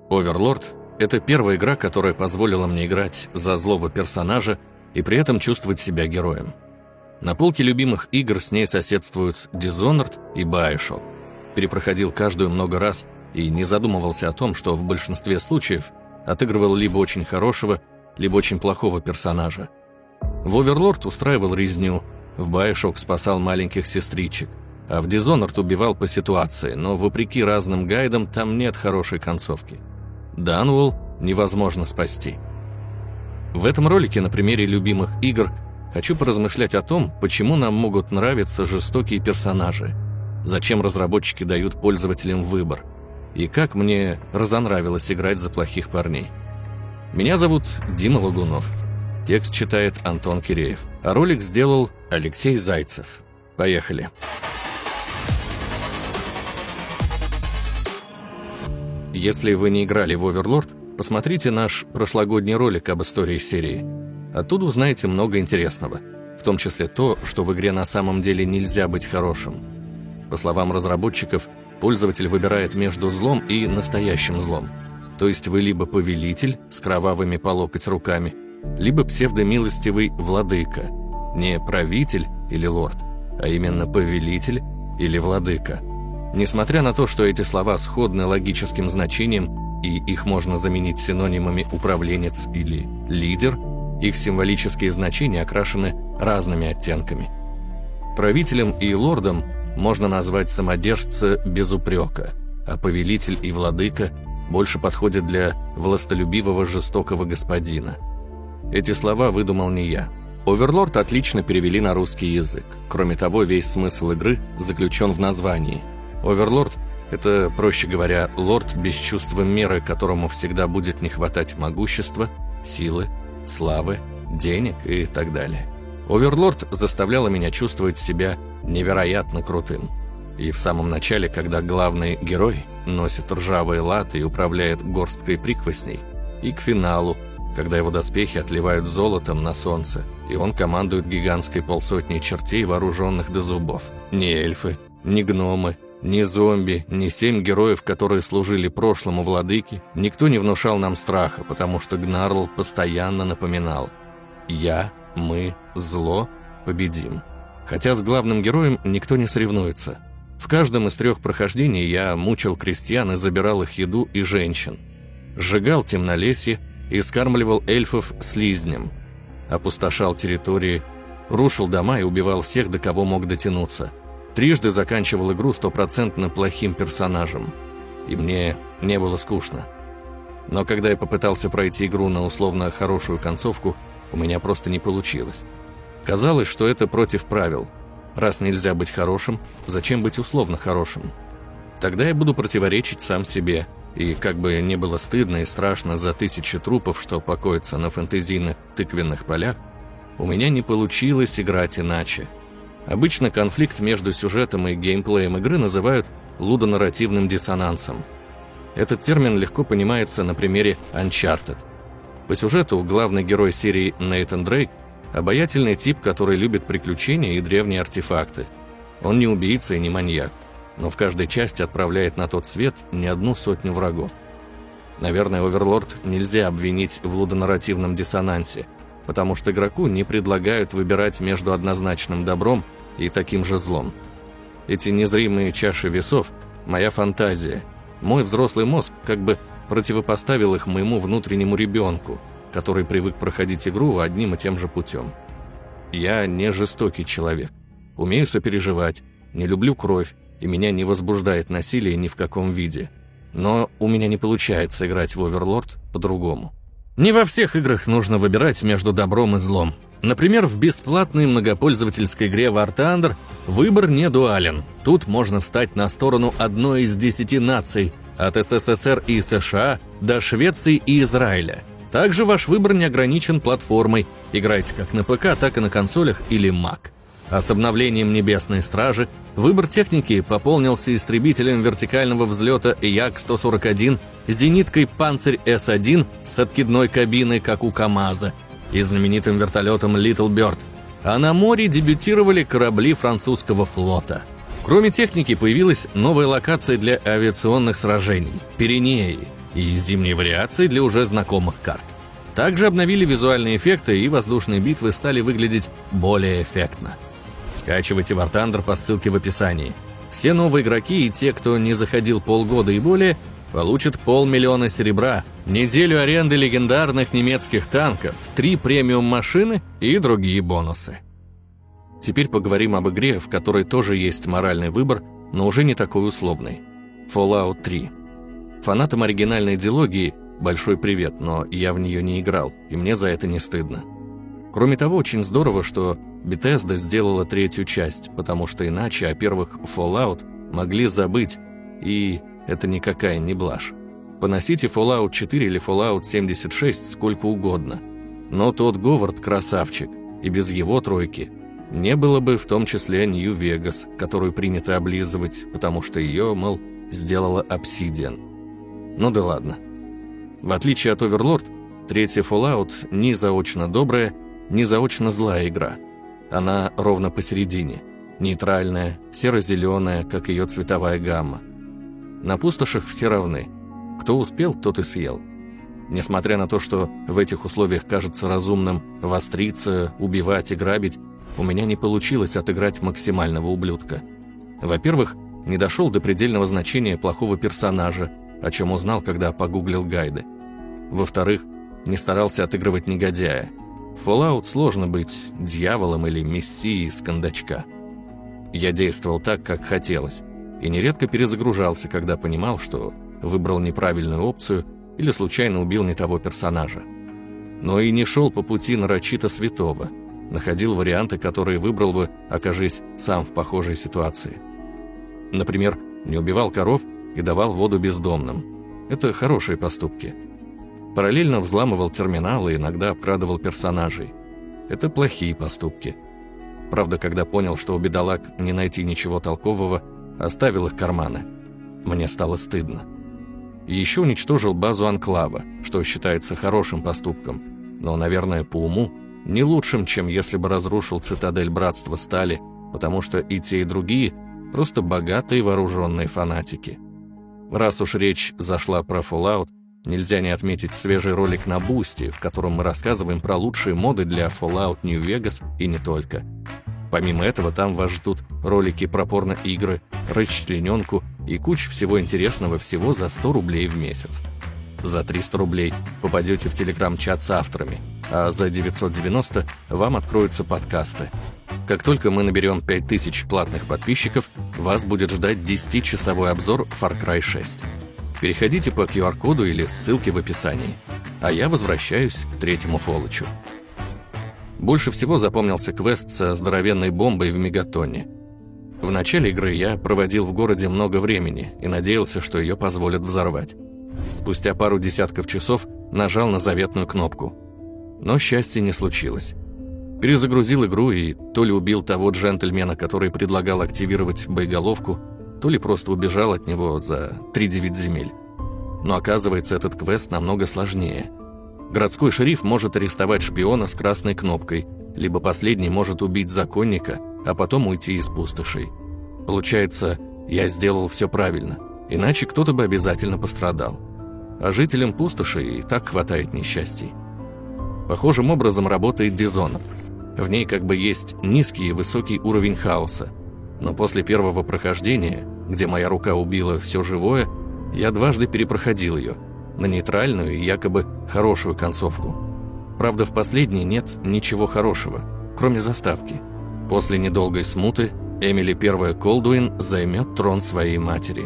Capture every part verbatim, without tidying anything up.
Overlord — это первая игра, которая позволила мне играть за злого персонажа и при этом чувствовать себя героем. На полке любимых игр с ней соседствуют Dishonored и BioShock. Перепроходил каждую много раз и не задумывался о том, что в большинстве случаев отыгрывал либо очень хорошего, либо очень плохого персонажа. В Overlord устраивал резню, в BioShock спасал маленьких сестричек, а в Dishonored убивал по ситуации, но вопреки разным гайдам там нет хорошей концовки. Дануэлл невозможно спасти. В этом ролике на примере любимых игр хочу поразмышлять о том, почему нам могут нравиться жестокие персонажи, зачем разработчики дают пользователям выбор, и как мне разонравилось играть за плохих парней. Меня зовут Дима Лагунов. Текст читает Антон Киреев, а ролик сделал Алексей Зайцев. Поехали. Если вы не играли в Overlord, посмотрите наш прошлогодний ролик об истории серии. Оттуда узнаете много интересного, в том числе то, что в игре на самом деле нельзя быть хорошим. По словам разработчиков, пользователь выбирает между злом и настоящим злом. То есть вы либо повелитель с кровавыми по локоть руками, либо псевдомилостивый владыка, не правитель или лорд, а именно повелитель или владыка. Несмотря на то, что эти слова сходны логическим значением, и их можно заменить синонимами «управленец» или «лидер», их символические значения окрашены разными оттенками. Правителем и лордом можно назвать самодержца без упрека, а повелитель и владыка больше подходят для властолюбивого жестокого господина. Эти слова выдумал не я. Overlord отлично перевели на русский язык. Кроме того, весь смысл игры заключен в названии. Overlord — это, проще говоря, лорд без чувства меры, которому всегда будет не хватать могущества, силы, славы, денег и так далее. Overlord заставляла меня чувствовать себя невероятно крутым. И в самом начале, когда главный герой носит ржавые латы и управляет горсткой прихвостней, и к финалу, когда его доспехи отливают золотом на солнце, и он командует гигантской полсотней чертей, вооруженных до зубов. Ни эльфы, ни гномы, ни зомби, ни семь героев, которые служили прошлому владыке, никто не внушал нам страха, потому что Гнарл постоянно напоминал: «Я, мы, зло, победим». Хотя с главным героем никто не соревнуется. В каждом из трех прохождений я мучил крестьян и забирал их еду и женщин, сжигал темнолесье и скармливал эльфов слизням, опустошал территории, рушил дома и убивал всех, до кого мог дотянуться. Трижды заканчивал игру стопроцентно плохим персонажем, и мне не было скучно. Но когда я попытался пройти игру на условно хорошую концовку, у меня просто не получилось. Казалось, что это против правил. Раз нельзя быть хорошим, зачем быть условно хорошим? Тогда я буду противоречить сам себе, и как бы не было стыдно и страшно за тысячи трупов, что покоятся на фэнтезийных тыквенных полях, у меня не получилось играть иначе. Обычно конфликт между сюжетом и геймплеем игры называют лудонарративным диссонансом. Этот термин легко понимается на примере Uncharted. По сюжету главный герой серии Нейтан Дрейк – обаятельный тип, который любит приключения и древние артефакты. Он не убийца и не маньяк, но в каждой части отправляет на тот свет не одну сотню врагов. Наверное, Overlord нельзя обвинить в лудонарративном диссонансе, потому что игроку не предлагают выбирать между однозначным добром и таким же злом. Эти незримые чаши весов – моя фантазия. Мой взрослый мозг как бы противопоставил их моему внутреннему ребенку, который привык проходить игру одним и тем же путем. Я не жестокий человек. Умею сопереживать, не люблю кровь, и меня не возбуждает насилие ни в каком виде. Но у меня не получается играть в Overlord по-другому. Не во всех играх нужно выбирать между добром и злом. Например, в бесплатной многопользовательской игре War Thunder выбор не дуален. Тут можно встать на сторону одной из десяти наций, от СССР и США до Швеции и Израиля. Также ваш выбор не ограничен платформой. Играйте как на ПК, так и на консолях или Mac. А с обновлением Небесной Стражи выбор техники пополнился истребителем вертикального взлета Як сто сорок один, зениткой Панцирь эс один с откидной кабиной, как у КамАЗа, и знаменитым вертолетом Little Bird. А на море дебютировали корабли французского флота. Кроме техники, появилась новая локация для авиационных сражений – Пиренеи. и зимние вариации для уже знакомых карт. Также обновили визуальные эффекты, и воздушные битвы стали выглядеть более эффектно. Скачивайте War Thunder по ссылке в описании. Все новые игроки и те, кто не заходил полгода и более, получат полмиллиона серебра, неделю аренды легендарных немецких танков, три премиум-машины и другие бонусы. Теперь поговорим об игре, в которой тоже есть моральный выбор, но уже не такой условный. Fallout три. Фанатам оригинальной дилогии большой привет, но я в нее не играл, и мне за это не стыдно. Кроме того, очень здорово, что Bethesda сделала третью часть, потому что иначе о первых Fallout могли забыть, и это никакая не блажь. Поносите Fallout четыре или Fallout семьдесят шесть сколько угодно, но тот Говард красавчик, и без его тройки не было бы в том числе Нью-Вегас, которую принято облизывать, потому что ее, мол, сделала Obsidian. Ну да ладно. В отличие от Overlord, третья Fallout ни заочно добрая, ни заочно злая игра. Она ровно посередине, нейтральная, серо-зеленая, как ее цветовая гамма. На пустошах все равны. Кто успел, тот и съел. Несмотря на то, что в этих условиях кажется разумным востриться, убивать и грабить, у меня не получилось отыграть максимального ублюдка. Во-первых, не дошел до предельного значения плохого персонажа, о чем узнал, когда погуглил гайды. Во-вторых, не старался отыгрывать негодяя. В Fallout сложно быть дьяволом или мессией с кондачка. Я действовал так, как хотелось, и нередко перезагружался, когда понимал, что выбрал неправильную опцию или случайно убил не того персонажа. Но и не шел по пути нарочито святого, находил варианты, которые выбрал бы, окажись сам в похожей ситуации. Например, не убивал коров и давал воду бездомным. Это хорошие поступки. Параллельно взламывал терминалы и иногда обкрадывал персонажей. Это плохие поступки. Правда, когда понял, что у бедолаг не найти ничего толкового, оставил их карманы. Мне стало стыдно. Еще уничтожил базу Анклава, что считается хорошим поступком, но, наверное, по уму, не лучшим, чем если бы разрушил цитадель Братства Стали, потому что и те, и другие просто богатые вооруженные фанатики. Раз уж речь зашла про Fallout, нельзя не отметить свежий ролик на Бусти, в котором мы рассказываем про лучшие моды для Fallout New Vegas и не только. Помимо этого, там вас ждут ролики про порно-игры, расчлененку и куча всего интересного всего за сто рублей в месяц. За триста рублей попадете в телеграм-чат с авторами, а за девятьсот девяносто вам откроются подкасты. Как только мы наберем пять тысяч платных подписчиков, вас будет ждать десятичасовой обзор Far Cry шесть. Переходите по ку ар-коду или ссылке в описании. А я возвращаюсь к третьему Фоллачу. Больше всего запомнился квест со здоровенной бомбой в мегатонне. В начале игры я проводил в городе много времени и надеялся, что ее позволят взорвать. Спустя пару десятков часов нажал на заветную кнопку. Но счастья не случилось. Перезагрузил игру и то ли убил того джентльмена, который предлагал активировать боеголовку, то ли просто убежал от него за три девять земель. Но оказывается, этот квест намного сложнее. Городской шериф может арестовать шпиона с красной кнопкой, либо последний может убить законника, а потом уйти из пустошей. Получается, я сделал все правильно, иначе кто-то бы обязательно пострадал. А жителям пустоши и так хватает несчастий. Похожим образом работает Dishonored. В ней как бы есть низкий и высокий уровень хаоса. Но после первого прохождения, где моя рука убила все живое, я дважды перепроходил ее, на нейтральную и якобы хорошую концовку. Правда, в последней нет ничего хорошего, кроме заставки. После недолгой смуты Эмили Первая Колдуин займет трон своей матери.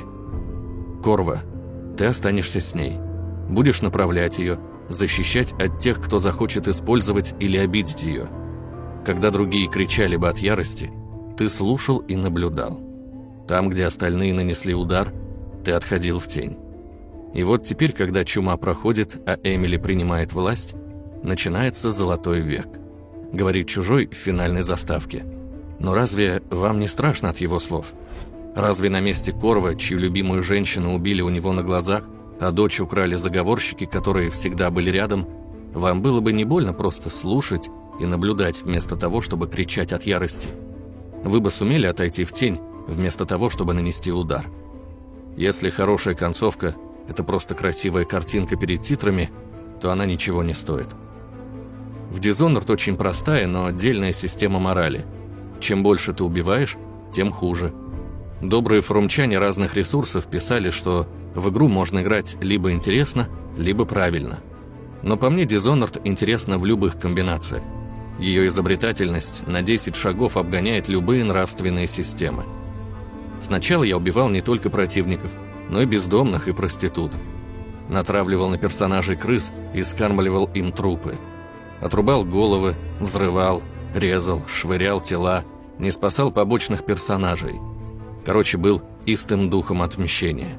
Корва, ты останешься с ней. Будешь направлять ее, защищать от тех, кто захочет использовать или обидеть ее. Когда другие кричали бы от ярости, ты слушал и наблюдал. Там, где остальные нанесли удар, ты отходил в тень. И вот теперь, когда чума проходит, а Эмили принимает власть, начинается золотой век. Говорит Чужой в финальной заставке. Но разве вам не страшно от его слов? Разве на месте Корва, чью любимую женщину убили у него на глазах, а дочь украли заговорщики, которые всегда были рядом, вам было бы не больно просто слушать и наблюдать вместо того, чтобы кричать от ярости? Вы бы сумели отойти в тень, вместо того, чтобы нанести удар. Если хорошая концовка, это просто красивая картинка перед титрами, то она ничего не стоит. В Dishonored очень простая, но отдельная система морали. Чем больше ты убиваешь, тем хуже. Добрые форумчане разных ресурсов писали, что в игру можно играть либо интересно, либо правильно. Но по мне Dishonored интересна в любых комбинациях. Ее изобретательность на десять шагов обгоняет любые нравственные системы. Сначала я убивал не только противников, но и бездомных и проституток. Натравливал на персонажей крыс и скармливал им трупы. Отрубал головы, взрывал, резал, швырял тела, не спасал побочных персонажей. Короче, был истым духом отмщения.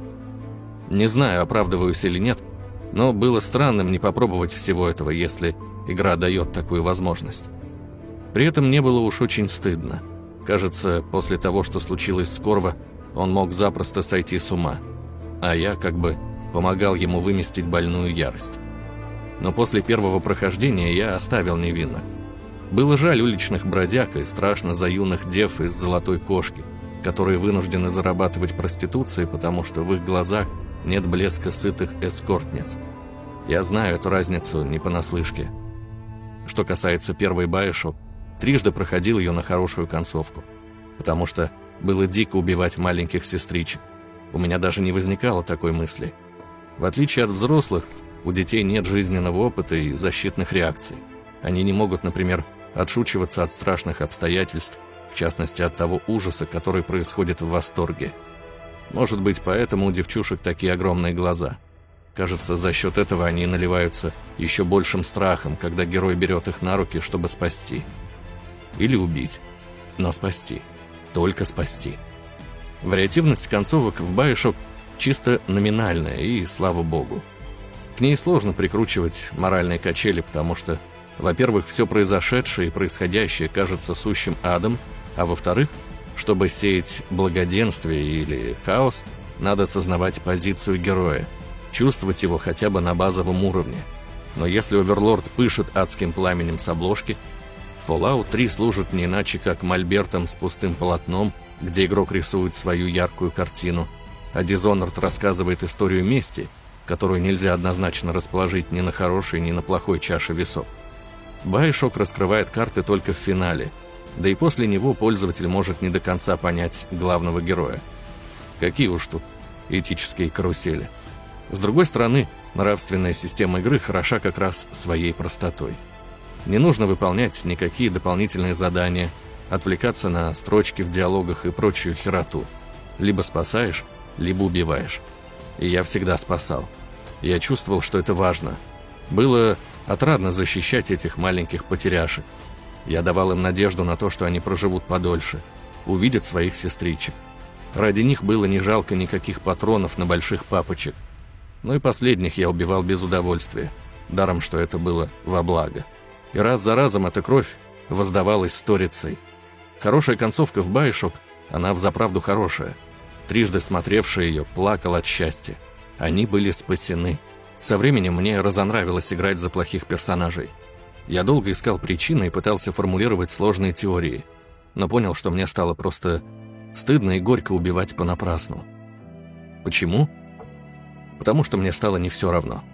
Не знаю, оправдываюсь или нет, но было странным не попробовать всего этого, если игра дает такую возможность. При этом мне было уж очень стыдно. Кажется, после того, что случилось с Корво, он мог запросто сойти с ума. А я как бы помогал ему выместить больную ярость. Но после первого прохождения я оставил невинных. Было жаль уличных бродяг и страшно за юных дев из «Золотой кошки», которые вынуждены зарабатывать проституцией, потому что в их глазах нет блеска сытых эскортниц. Я знаю эту разницу не понаслышке. Что касается первой BioShock, трижды проходил ее на хорошую концовку, потому что было дико убивать маленьких сестричек. У меня даже не возникало такой мысли. В отличие от взрослых, у детей нет жизненного опыта и защитных реакций. Они не могут, например, отшучиваться от страшных обстоятельств, в частности от того ужаса, который происходит в восторге. Может быть, поэтому у девчушек такие огромные глаза. Кажется, за счет этого они наливаются еще большим страхом, когда герой берет их на руки, чтобы спасти. Или убить. Но спасти. Только спасти. Вариативность концовок в BioShock чисто номинальная, и слава богу. К ней сложно прикручивать моральные качели, потому что, во-первых, все произошедшее и происходящее кажется сущим адом, а во-вторых, чтобы сеять благоденствие или хаос, надо осознавать позицию героя, чувствовать его хотя бы на базовом уровне. Но если Оверлорд пышет адским пламенем с обложки, Fallout три служит не иначе, как мольбертом с пустым полотном, где игрок рисует свою яркую картину, а Dishonored рассказывает историю мести, которую нельзя однозначно расположить ни на хорошей, ни на плохой чаше весов. BioShock раскрывает карты только в финале, да и после него пользователь может не до конца понять главного героя. Какие уж тут этические карусели. С другой стороны, нравственная система игры хороша как раз своей простотой. Не нужно выполнять никакие дополнительные задания, отвлекаться на строчки в диалогах и прочую хероту. Либо спасаешь, либо убиваешь. И я всегда спасал. Я чувствовал, что это важно. Было отрадно защищать этих маленьких потеряшек. Я давал им надежду на то, что они проживут подольше, увидят своих сестричек. Ради них было не жалко никаких патронов на больших папочек. Но и последних я убивал без удовольствия, даром, что это было во благо. И раз за разом эта кровь воздавалась сторицей. Хорошая концовка в BioShock, она взаправду хорошая. Трижды смотревший ее плакал от счастья. Они были спасены. Со временем мне разонравилось играть за плохих персонажей. Я долго искал причины и пытался формулировать сложные теории, но понял, что мне стало просто стыдно и горько убивать понапрасну. Почему? Потому что мне стало не все равно.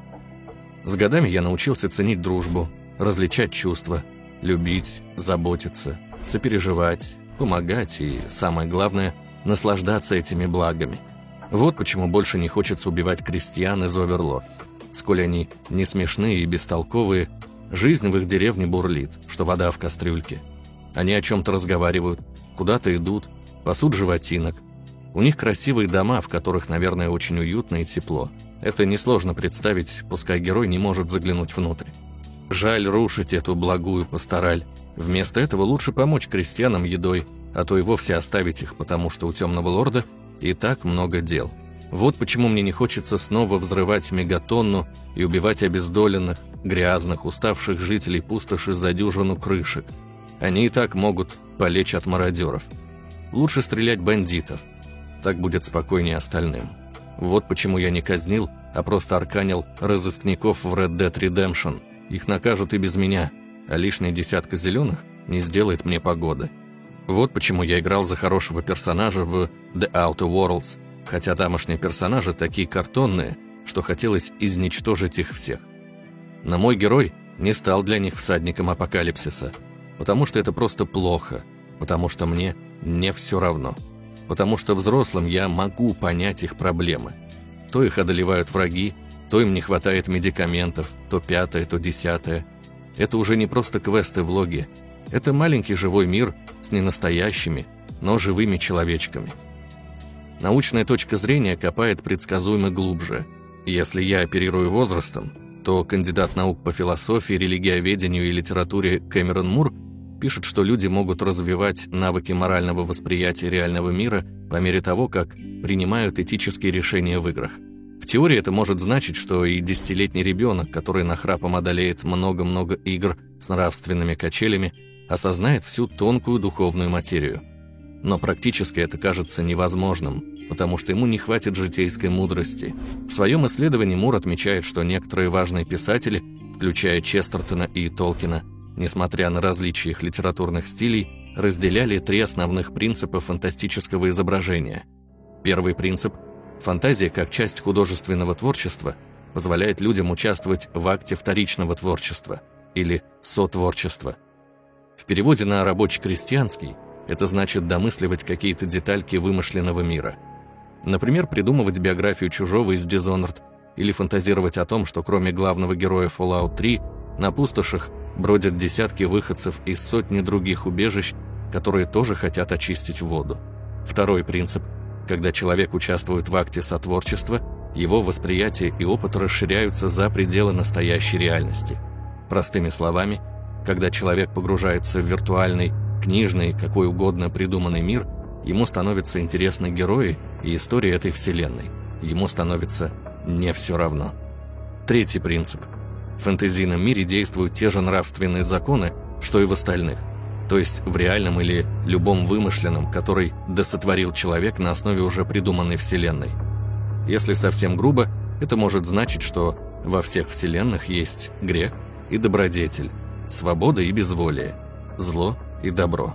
С годами я научился ценить дружбу, различать чувства, любить, заботиться, сопереживать, помогать и, самое главное, наслаждаться этими благами. Вот почему больше не хочется убивать крестьян из Оверлорд. Сколь они не смешные и бестолковые, жизнь в их деревне бурлит, что вода в кастрюльке. Они о чем-то разговаривают, куда-то идут, пасут животинок. У них красивые дома, в которых, наверное, очень уютно и тепло. Это несложно представить, пускай герой не может заглянуть внутрь. Жаль рушить эту благую пастораль. Вместо этого лучше помочь крестьянам едой, а то и вовсе оставить их, потому что у Темного Лорда и так много дел. Вот почему мне не хочется снова взрывать мегатонну и убивать обездоленных, грязных, уставших жителей пустоши за дюжину крышек. Они и так могут полечь от мародеров. Лучше стрелять бандитов. Так будет спокойнее остальным. Вот почему я не казнил, а просто арканил разыскников в Red Dead Redemption. Их накажут и без меня, а лишняя десятка зеленых не сделает мне погоды. Вот почему я играл за хорошего персонажа в The Outer Worlds, хотя тамошние персонажи такие картонные, что хотелось изничтожить их всех. Но мой герой не стал для них всадником апокалипсиса, потому что это просто плохо, потому что мне не все равно, потому что взрослым я могу понять их проблемы. То их одолевают враги, то им не хватает медикаментов, то пятое, то десятое. Это уже не просто квесты в логе, это маленький живой мир с ненастоящими, но живыми человечками. Научная точка зрения копает предсказуемо глубже. Если я оперирую возрастом, то кандидат наук по философии, религиоведению и литературе Кэмерон Мур пишет, что люди могут развивать навыки морального восприятия реального мира по мере того, как принимают этические решения в играх. В теории это может значить, что и десятилетний ребенок, который нахрапом одолеет много-много игр с нравственными качелями, осознает всю тонкую духовную материю. Но практически это кажется невозможным, потому что ему не хватит житейской мудрости. В своем исследовании Мур отмечает, что некоторые важные писатели, включая Честертона и Толкина, несмотря на различия их литературных стилей, разделяли три основных принципа фантастического изображения. Первый принцип – фантазия как часть художественного творчества позволяет людям участвовать в акте вторичного творчества или сотворчества. В переводе на рабоче-крестьянский это значит домысливать какие-то детальки вымышленного мира. Например, придумывать биографию чужого из Dishonored или фантазировать о том, что кроме главного героя Fallout три на пустошах бродят десятки выходцев из сотни других убежищ, которые тоже хотят очистить воду. Второй принцип – когда человек участвует в акте сотворчества, его восприятие и опыт расширяются за пределы настоящей реальности. Простыми словами, когда человек погружается в виртуальный, книжный, какой угодно придуманный мир, ему становятся интересны герои и история этой вселенной. Ему становится не все равно. Третий принцип. В фэнтезийном мире действуют те же нравственные законы, что и в остальных. То есть в реальном или любом вымышленном, который досотворил человек на основе уже придуманной вселенной. Если совсем грубо, это может значить, что во всех вселенных есть грех и добродетель, свобода и безволие, зло и добро.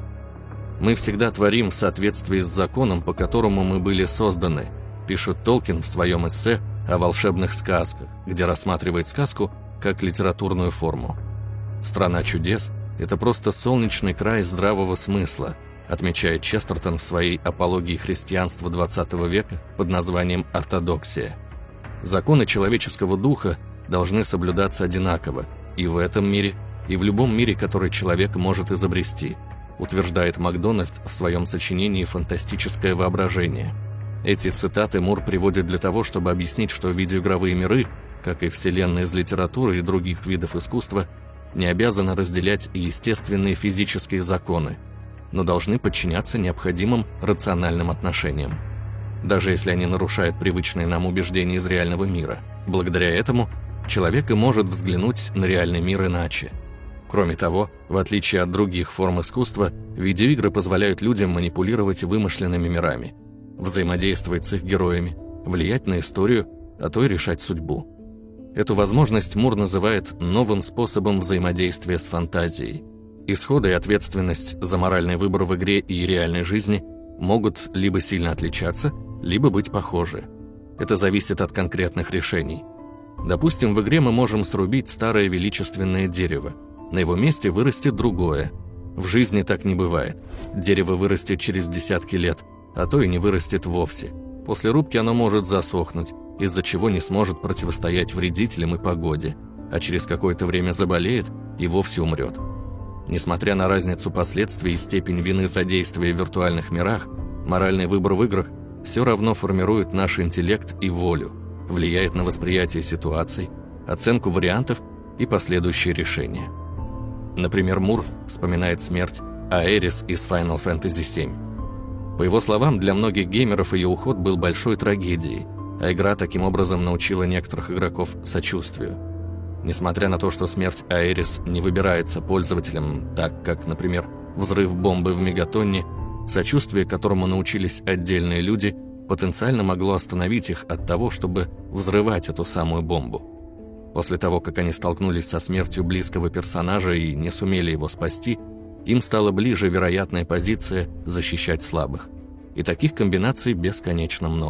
Мы всегда творим в соответствии с законом, по которому мы были созданы, пишет Толкин в своем эссе о волшебных сказках, где рассматривает сказку как литературную форму. «Страна чудес» — это просто солнечный край здравого смысла, отмечает Честертон в своей апологии христианства двадцатого века под названием «Ортодоксия». Законы человеческого духа должны соблюдаться одинаково и в этом мире, и в любом мире, который человек может изобрести, утверждает Макдональд в своем сочинении «Фантастическое воображение». Эти цитаты Мур приводит для того, чтобы объяснить, что видеоигровые миры, как и вселенные из литературы и других видов искусства, не обязаны разделять естественные физические законы, но должны подчиняться необходимым рациональным отношениям, даже если они нарушают привычные нам убеждения из реального мира. Благодаря этому человек и может взглянуть на реальный мир иначе. Кроме того, в отличие от других форм искусства, видеоигры позволяют людям манипулировать вымышленными мирами, взаимодействовать с их героями, влиять на историю, а то и решать судьбу. Эту возможность Мур называет новым способом взаимодействия с фантазией. Исходы и ответственность за моральный выбор в игре и реальной жизни могут либо сильно отличаться, либо быть похожи. Это зависит от конкретных решений. Допустим, в игре мы можем срубить старое величественное дерево. На его месте вырастет другое. В жизни так не бывает. Дерево вырастет через десятки лет, а то и не вырастет вовсе. После рубки оно может засохнуть, из-за чего не сможет противостоять вредителям и погоде, а через какое-то время заболеет и вовсе умрет. Несмотря на разницу последствий и степень вины за действия в виртуальных мирах, моральный выбор в играх все равно формирует наш интеллект и волю, влияет на восприятие ситуаций, оценку вариантов и последующие решения. Например, Мур вспоминает смерть Аэрис из Final Fantasy семь. По его словам, для многих геймеров ее уход был большой трагедией, а игра таким образом научила некоторых игроков сочувствию. Несмотря на то, что смерть Аэрис не выбирается пользователям, так как, например, взрыв бомбы в Мегатонне, сочувствие, которому научились отдельные люди, потенциально могло остановить их от того, чтобы взрывать эту самую бомбу. После того, как они столкнулись со смертью близкого персонажа и не сумели его спасти, им стала ближе вероятная позиция защищать слабых. И таких комбинаций бесконечно много.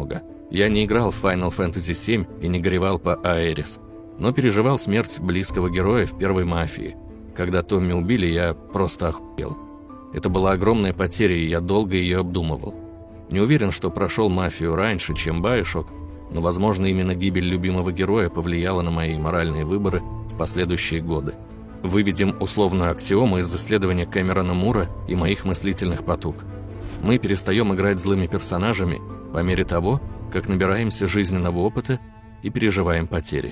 Я не играл в Final Fantasy семь и не горевал по Аэрис, но переживал смерть близкого героя в первой «Мафии». Когда Томми убили, я просто охуел. Это была огромная потеря, и я долго ее обдумывал. Не уверен, что прошел «Мафию» раньше, чем «Байошок», но, возможно, именно гибель любимого героя повлияла на мои моральные выборы в последующие годы. Выведем условную аксиому из исследования Кэмерона Мура и моих мыслительных потуг. Мы перестаем играть злыми персонажами по мере того, как набираемся жизненного опыта и переживаем потери.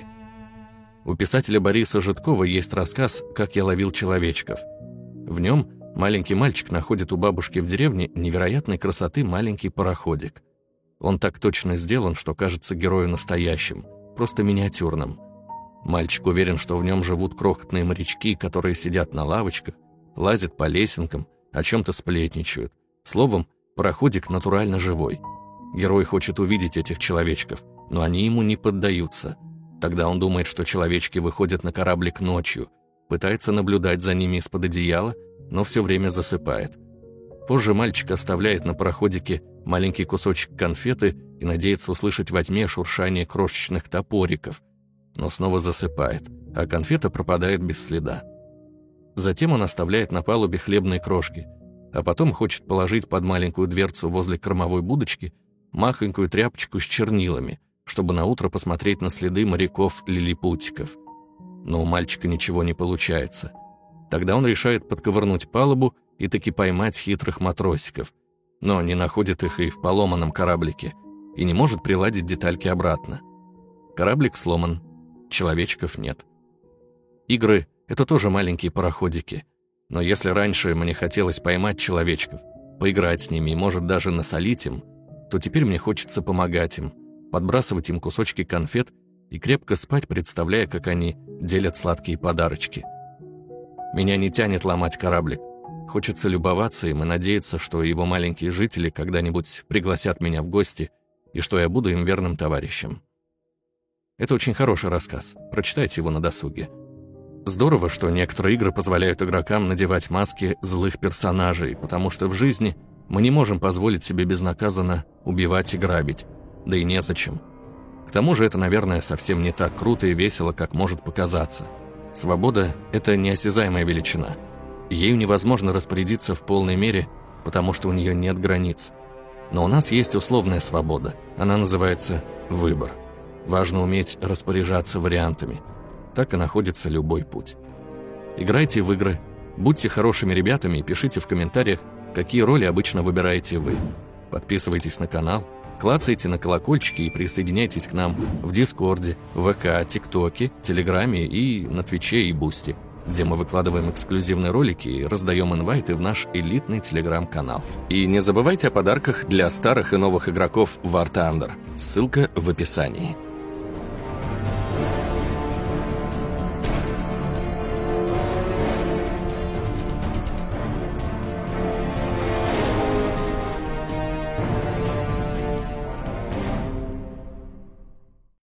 У писателя Бориса Житкова есть рассказ «Как я ловил человечков». В нем маленький мальчик находит у бабушки в деревне невероятной красоты маленький пароходик. Он так точно сделан, что кажется герою настоящим, просто миниатюрным. Мальчик уверен, что в нем живут крохотные морячки, которые сидят на лавочках, лазят по лесенкам, о чем-то сплетничают. Словом, пароходик натурально живой. Герой хочет увидеть этих человечков, но они ему не поддаются. Тогда он думает, что человечки выходят на кораблик ночью, пытается наблюдать за ними из-под одеяла, но все время засыпает. Позже мальчик оставляет на пароходике маленький кусочек конфеты и надеется услышать во тьме шуршание крошечных топориков, но снова засыпает, а конфета пропадает без следа. Затем он оставляет на палубе хлебные крошки, а потом хочет положить под маленькую дверцу возле кормовой будочки махонькую тряпочку с чернилами, чтобы наутро посмотреть на следы моряков-лилипутиков. Но у мальчика ничего не получается. Тогда он решает подковырнуть палубу и таки поймать хитрых матросиков, но не находит их и в поломанном кораблике, и не может приладить детальки обратно. Кораблик сломан, человечков нет. Игры — это тоже маленькие пароходики, но если раньше мне хотелось поймать человечков, поиграть с ними и, может, даже насолить им, то теперь мне хочется помогать им, подбрасывать им кусочки конфет и крепко спать, представляя, как они делят сладкие подарочки. Меня не тянет ломать кораблик. Хочется любоваться им и надеяться, что его маленькие жители когда-нибудь пригласят меня в гости и что я буду им верным товарищем. Это очень хороший рассказ. Прочитайте его на досуге. Здорово, что некоторые игры позволяют игрокам надевать маски злых персонажей, потому что в жизни мы не можем позволить себе безнаказанно убивать и грабить, да и незачем. К тому же это, наверное, совсем не так круто и весело, как может показаться. Свобода — это неосязаемая величина. Ею невозможно распорядиться в полной мере, потому что у нее нет границ. Но у нас есть условная свобода. Она называется выбор. Важно уметь распоряжаться вариантами. Так и находится любой путь. Играйте в игры, будьте хорошими ребятами и пишите в комментариях, какие роли обычно выбираете вы. Подписывайтесь на канал, клацайте на колокольчики и присоединяйтесь к нам в Дискорде, ВК, ТикТоке, Телеграме и на Твиче и Бусти, где мы выкладываем эксклюзивные ролики и раздаем инвайты в наш элитный Телеграм-канал. И не забывайте о подарках для старых и новых игроков War Thunder. Ссылка в описании.